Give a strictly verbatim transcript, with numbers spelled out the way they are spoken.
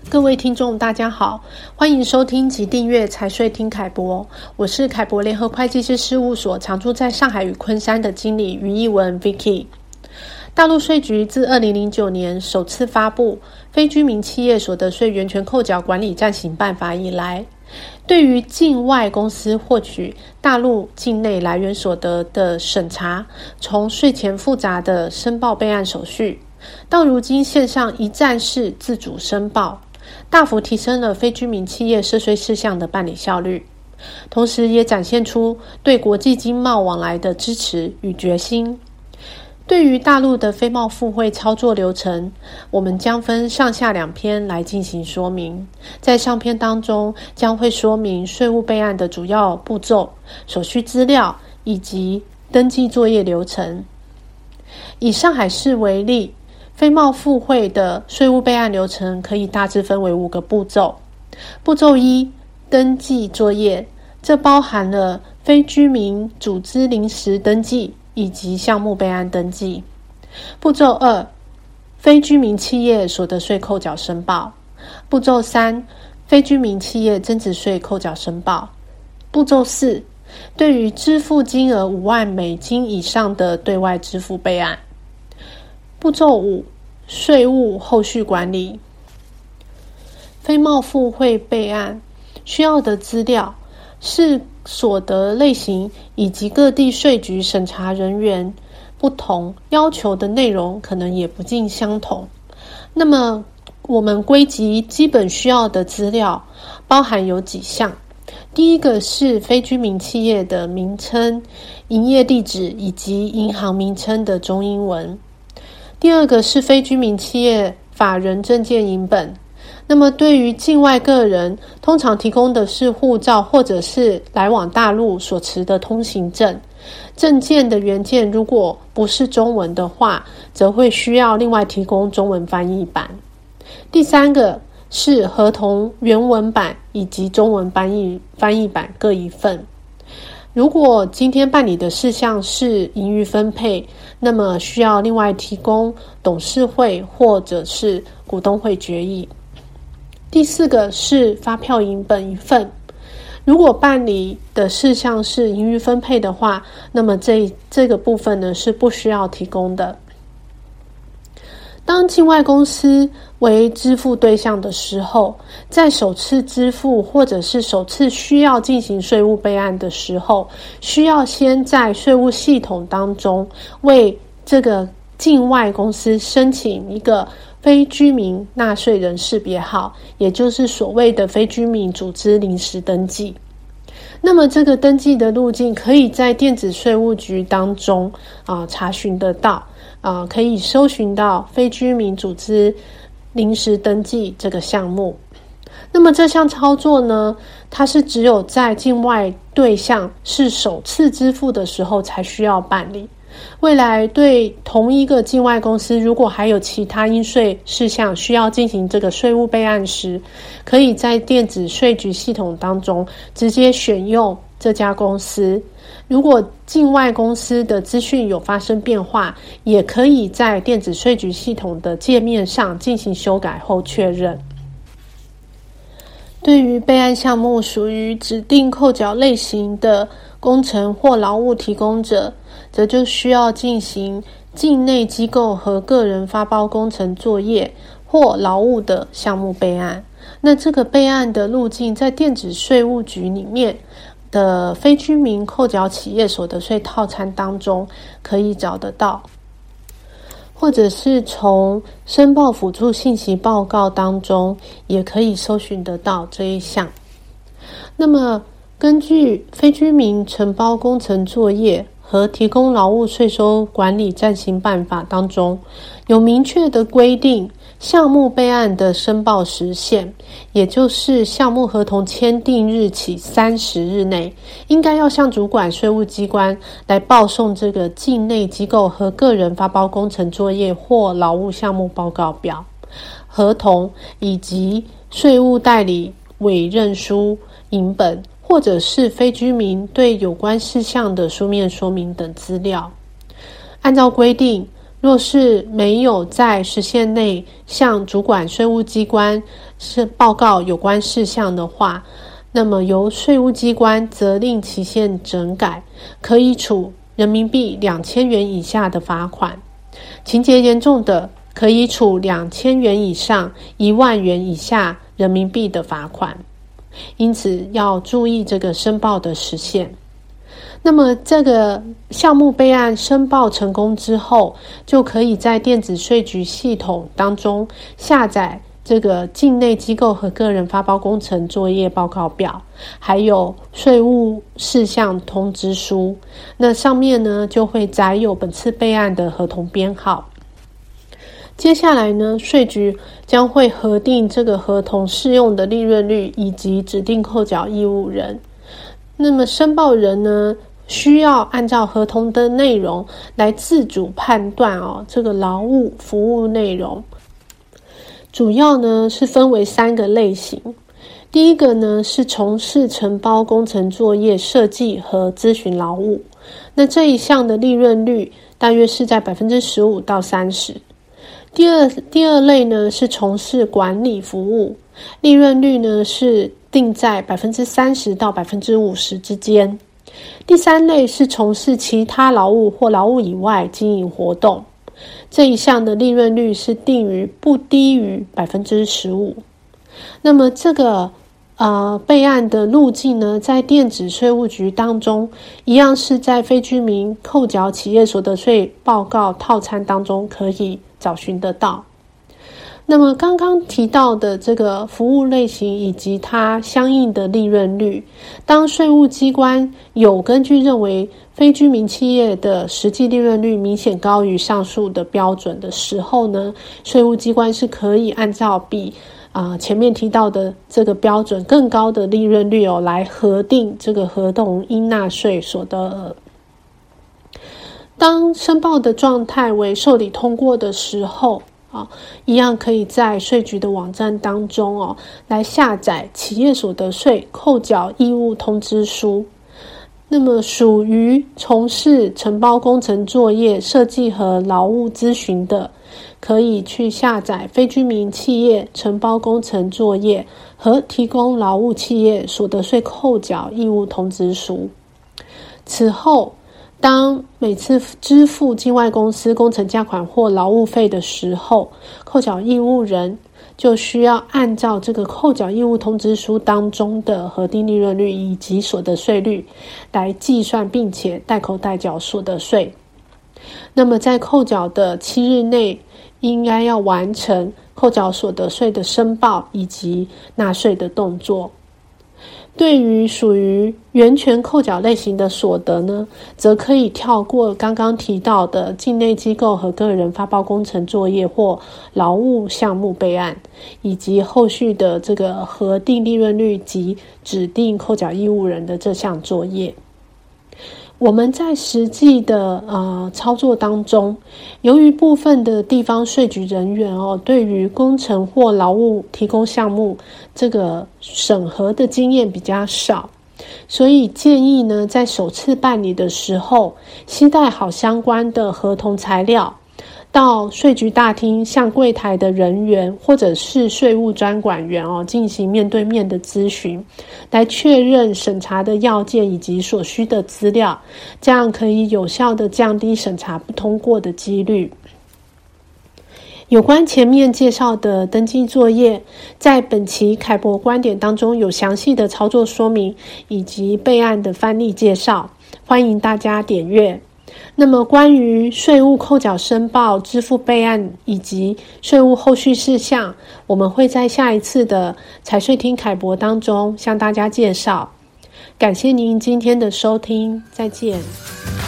各位听众大家好，欢迎收听及订阅财税听凯博，我是凯博联合会计师事务所常驻在上海与昆山的经理于艺文 Vicky。 大陆税局自二零零九年首次发布非居民企业所得税源权扣缴管理暂行办法以来，对于境外公司获取大陆境内来源所得的审查，从税前复杂的申报备案手续，到如今线上一站式自主申报，大幅提升了非居民企业涉税事项的办理效率，同时也展现出对国际经贸往来的支持与决心。对于大陆的非贸付汇操作流程，我们将分上下两篇来进行说明。在上篇当中，将会说明税务备案的主要步骤、手续资料以及登记作业流程。以上海市为例，非贸付汇的税务备案流程可以大致分为五个步骤。步骤一，登记作业，这包含了非居民组织临时登记以及项目备案登记。步骤二，非居民企业所得税扣缴申报。步骤三，非居民企业增值税扣缴申报。步骤四，对于支付金额五万美金以上的对外支付备案。步骤五，税务后续管理。非贸付汇备案需要的资料是所得类型以及各地税局审查人员不同，要求的内容可能也不尽相同。那么我们归集基本需要的资料包含有几项。第一个是非居民企业的名称、营业地址以及银行名称的中英文。第二个是非居民企业法人证件影本。那么对于境外个人，通常提供的是护照或者是来往大陆所持的通行证。证件的原件如果不是中文的话，则会需要另外提供中文翻译版。第三个是合同原文版以及中文翻译翻译版各一份。如果今天办理的事项是盈余分配，那么需要另外提供董事会或者是股东会决议。第四个是发票影本一份。如果办理的事项是盈余分配的话，那么这这个部分呢是不需要提供的。当境外公司为支付对象的时候，在首次支付或者是首次需要进行税务备案的时候，需要先在税务系统当中为这个境外公司申请一个非居民纳税人识别号，也就是所谓的非居民组织临时登记。那么这个登记的路径可以在电子税务局当中啊、呃、查询得到啊、呃，可以搜寻到非居民组织临时登记这个项目。那么这项操作呢，它是只有在境外对象是首次支付的时候才需要办理。未来对同一个境外公司，如果还有其他应税事项需要进行这个税务备案时，可以在电子税局系统当中直接选用这家公司。如果境外公司的资讯有发生变化，也可以在电子税局系统的界面上进行修改后确认。对于备案项目属于指定扣缴类型的工程或劳务提供者，则就需要进行境内机构和个人发包工程作业或劳务的项目备案。那这个备案的路径在电子税务局里面的非居民扣缴企业所得税套餐当中可以找得到，或者是从申报辅助信息报告当中也可以搜寻得到这一项。那么根据非居民承包工程作业和提供劳务税收管理暂行办法当中有明确的规定，项目备案的申报时限，也就是项目合同签订日起三十日内，应该要向主管税务机关来报送这个境内机构和个人发包工程作业或劳务项目报告表、合同以及税务代理委任书影本，或者是非居民对有关事项的书面说明等资料。按照规定， 若是没有在时限内向主管税务机关是报告有关事项的话，那么由税务机关责令期限整改，可以处人民币两千元以下的罚款，情节严重的可以处两千元以上一万元以下人民币的罚款。因此要注意这个申报的时限。那么这个项目备案申报成功之后，就可以在电子税局系统当中下载这个境内机构和个人发包工程作业报告表，还有税务事项通知书，那上面呢就会载有本次备案的合同编号。接下来呢，税局将会核定这个合同适用的利润率以及指定扣缴义务人。那么申报人呢，需要按照合同的内容来自主判断哦，这个劳务服务内容。主要呢是分为三个类型。第一个呢是从事承包工程作业设计和咨询劳务，那这一项的利润率大约是在 百分之十五到三十。第二第二类呢是从事管理服务，利润率呢是定在 百分之三十到百分之五十之间。第三类是从事其他劳务或劳务以外经营活动，这一项的利润率是定于不低于 百分之十五。那么这个呃备案的路径呢，在电子税务局当中一样是在非居民扣缴企业所得税报告套餐当中可以找寻得到。那么刚刚提到的这个服务类型以及它相应的利润率，当税务机关有根据认为非居民企业的实际利润率明显高于上述的标准的时候呢，税务机关是可以按照比啊、呃、前面提到的这个标准更高的利润率哦，来核定这个合同应纳税所得额。当申报的状态为受理通过的时候啊，一样可以在税局的网站当中哦，来下载企业所得税扣缴义务通知书。那么属于从事承包工程作业设计和劳务咨询的，可以去下载非居民企业承包工程作业和提供劳务企业所得税扣缴义务通知书。此后当每次支付境外公司工程价款或劳务费的时候，扣缴义务人就需要按照这个扣缴义务通知书当中的核定利润率以及所得税率来计算，并且代扣代缴所得税。那么在扣缴的七日内，应该要完成扣缴所得税的申报以及纳税的动作。对于属于原权扣缴类型的所得呢，则可以跳过刚刚提到的境内机构和个人发包工程作业或劳务项目备案，以及后续的这个核定利润率及指定扣缴义务人的这项作业。我们在实际的呃操作当中，由于部分的地方税局人员哦，对于工程或劳务提供项目这个审核的经验比较少，所以建议呢，在首次办理的时候，携带好相关的合同材料，到税局大厅向柜台的人员或者是税务专管员哦，进行面对面的咨询，来确认审查的要件以及所需的资料，这样可以有效的降低审查不通过的几率。有关前面介绍的登记作业，在本期凯博观点当中有详细的操作说明以及备案的范例介绍，欢迎大家点阅。那么关于税务扣缴申报、支付备案以及税务后续事项，我们会在下一次的财税听凯博当中向大家介绍。感谢您今天的收听，再见。